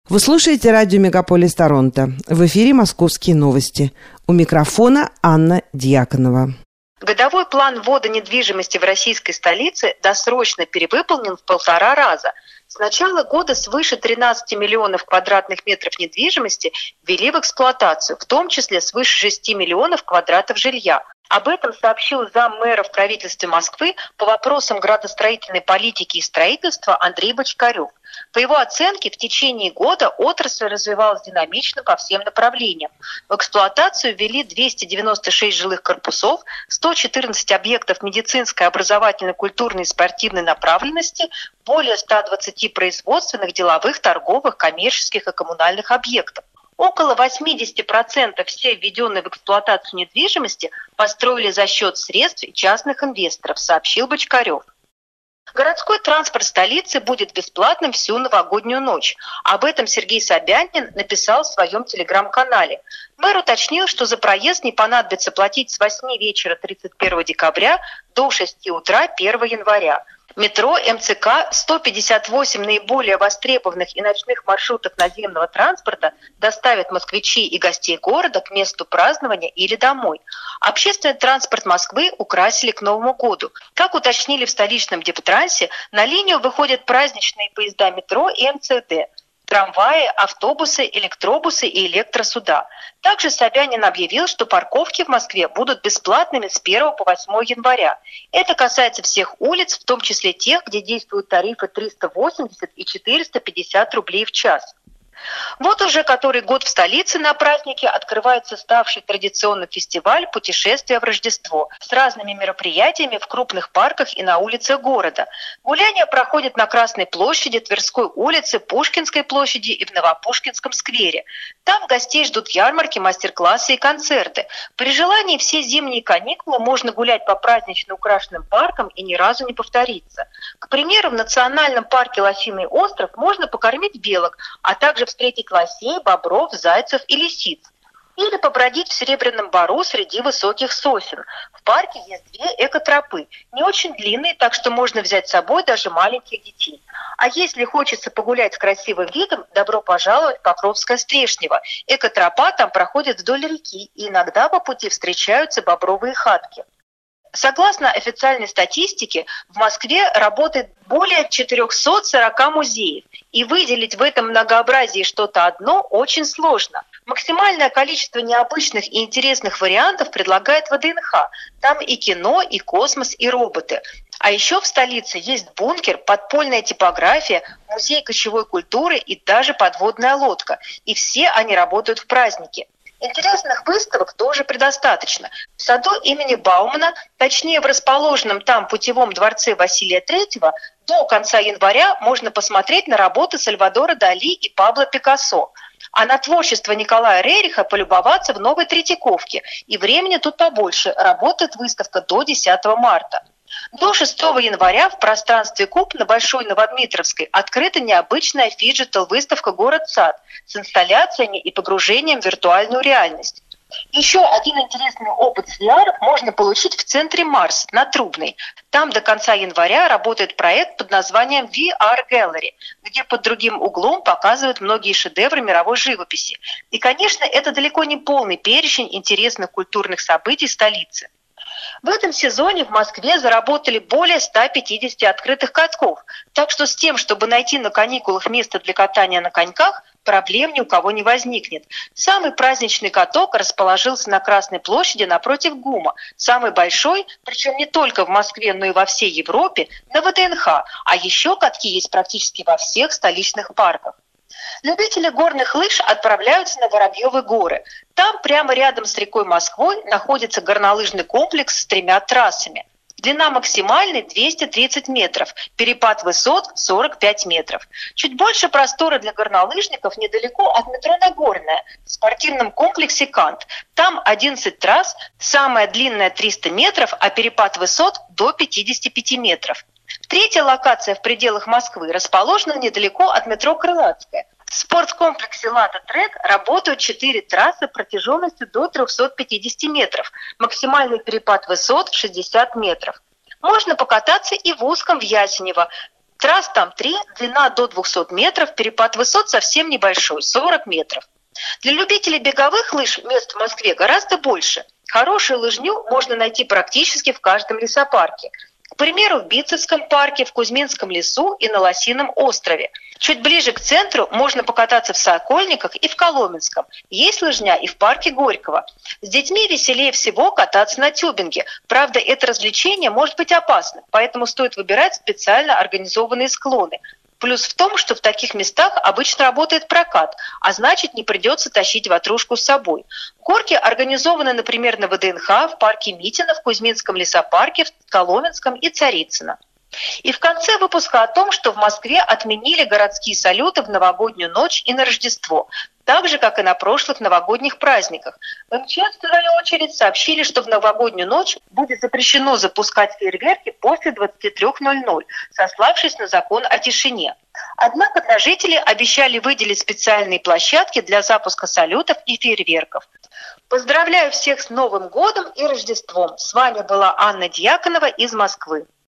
Вы слушаете радио «Мегаполис Торонто». В эфире «Московские новости». У микрофона Анна Дьяконова. Годовой план ввода недвижимости в российской столице досрочно перевыполнен в 1,5 раза. С начала года свыше 13 миллионов квадратных метров недвижимости ввели в эксплуатацию, в том числе свыше 6 миллионов квадратов жилья. Об этом сообщил заммэра в правительстве Москвы по вопросам градостроительной политики и строительства Андрей Бочкарев. По его оценке, в течение года отрасль развивалась динамично по всем направлениям. В эксплуатацию ввели 296 жилых корпусов, 114 объектов медицинской, образовательной, культурной и спортивной направленности, более 120 производственных, деловых, торговых, коммерческих и коммунальных объектов. Около 80% всей введенной в эксплуатацию недвижимости построили за счет средств частных инвесторов, сообщил Бочкарев. Городской транспорт столицы будет бесплатным всю новогоднюю ночь. Об этом Сергей Собянин написал в своем телеграм-канале. Мэр уточнил, что за проезд не понадобится платить с 8 вечера 31 декабря до 6 утра 1 января. Метро, МЦК, 158 наиболее востребованных и ночных маршрутов наземного транспорта доставят москвичей и гостей города к месту празднования или домой. Общественный транспорт Москвы украсили к Новому году. Как уточнили в столичном Дептрансе, на линию выходят праздничные поезда метро и МЦД, трамваи, автобусы, электробусы и электросуда. Также Собянин объявил, что парковки в Москве будут бесплатными с 1 по 8 января. Это касается всех улиц, в том числе тех, где действуют тарифы 380 и 450 рублей в час. Вот уже который год в столице на празднике открывается ставший традиционным фестиваль «Путешествие в Рождество» с разными мероприятиями в крупных парках и на улицах города. Гуляния проходят на Красной площади, Тверской улице, Пушкинской площади и в Новопушкинском сквере. Там гостей ждут ярмарки, мастер-классы и концерты. При желании все зимние каникулы можно гулять по празднично украшенным паркам и ни разу не повториться. К примеру, в национальном парке Лосиный остров можно покормить белок, а также встретить лосей, бобров, зайцев и лисиц. Или побродить в Серебряном Бору среди высоких сосен. В парке есть 2 экотропы, не очень длинные, так что можно взять с собой даже маленьких детей. А если хочется погулять с красивым видом, добро пожаловать в Покровское-Стрешнево. Экотропа там проходит вдоль реки, и иногда по пути встречаются бобровые хатки. Согласно официальной статистике, в Москве работает более 440 музеев, и выделить в этом многообразии что-то одно очень сложно. Максимальное количество необычных и интересных вариантов предлагает ВДНХ. Там и кино, и космос, и роботы. А еще в столице есть бункер, подпольная типография, музей кочевой культуры и даже подводная лодка. И все они работают в праздники. Интересных выставок тоже предостаточно. В саду имени Баумана, точнее в расположенном там путевом дворце Василия III, до конца января можно посмотреть на работы Сальвадора Дали и Пабло Пикассо. А на творчество Николая Рериха полюбоваться в Новой Третьяковке. И времени тут побольше. Работает выставка до 10 марта. До 6 января в пространстве Куб на Большой Новодмитровской открыта необычная фиджитал-выставка «Город-сад» с инсталляциями и погружением в виртуальную реальность. Еще один интересный опыт с VR можно получить в центре Марс на Трубной. Там до конца января работает проект под названием VR Gallery, где под другим углом показывают многие шедевры мировой живописи. И, конечно, это далеко не полный перечень интересных культурных событий столицы. В этом сезоне в Москве заработали более 150 открытых катков, так что с тем, чтобы найти на каникулах место для катания на коньках, проблем ни у кого не возникнет. Самый праздничный каток расположился на Красной площади напротив ГУМа, самый большой, причем не только в Москве, но и во всей Европе, на ВДНХ, а еще катки есть практически во всех столичных парках. Любители горных лыж отправляются на Воробьевы горы. Там, прямо рядом с рекой Москвой, находится горнолыжный комплекс с 3 трассами. Длина максимальной 230 метров, перепад высот 45 метров. Чуть больше простора для горнолыжников недалеко от метро Нагорная, в спортивном комплексе «Кант». Там 11 трасс, самая длинная 300 метров, а перепад высот до 55 метров. Третья локация в пределах Москвы расположена недалеко от метро Крылатская. В спорткомплексе «Лада-трек» работают 4 трассы протяженностью до 350 метров, максимальный перепад высот 60 метров. Можно покататься и в узком в Ясенево. Трасс там 3, длина до 200 метров, перепад высот совсем небольшой, 40 метров. Для любителей беговых лыж мест в Москве гораздо больше. Хорошую лыжню можно найти практически в каждом лесопарке. К примеру, в Битцевском парке, в Кузьминском лесу и на Лосином острове. Чуть ближе к центру можно покататься в Сокольниках и в Коломенском. Есть лыжня и в парке Горького. С детьми веселее всего кататься на тюбинге. Правда, это развлечение может быть опасным, поэтому стоит выбирать специально организованные склоны. Плюс в том, что в таких местах обычно работает прокат, а значит, не придется тащить ватрушку с собой. Горки организованы, например, на ВДНХ, в парке Митина, в Кузьминском лесопарке, в Коломенском и Царицыно. И в конце выпуска о том, что в Москве отменили городские салюты в новогоднюю ночь и на Рождество, так же, как и на прошлых новогодних праздниках. В МЧС, в свою очередь, сообщили, что в новогоднюю ночь будет запрещено запускать фейерверки после 23:00, сославшись на закон о тишине. Однако для жителей обещали выделить специальные площадки для запуска салютов и фейерверков. Поздравляю всех с Новым годом и Рождеством! С вами была Анна Дьяконова из Москвы.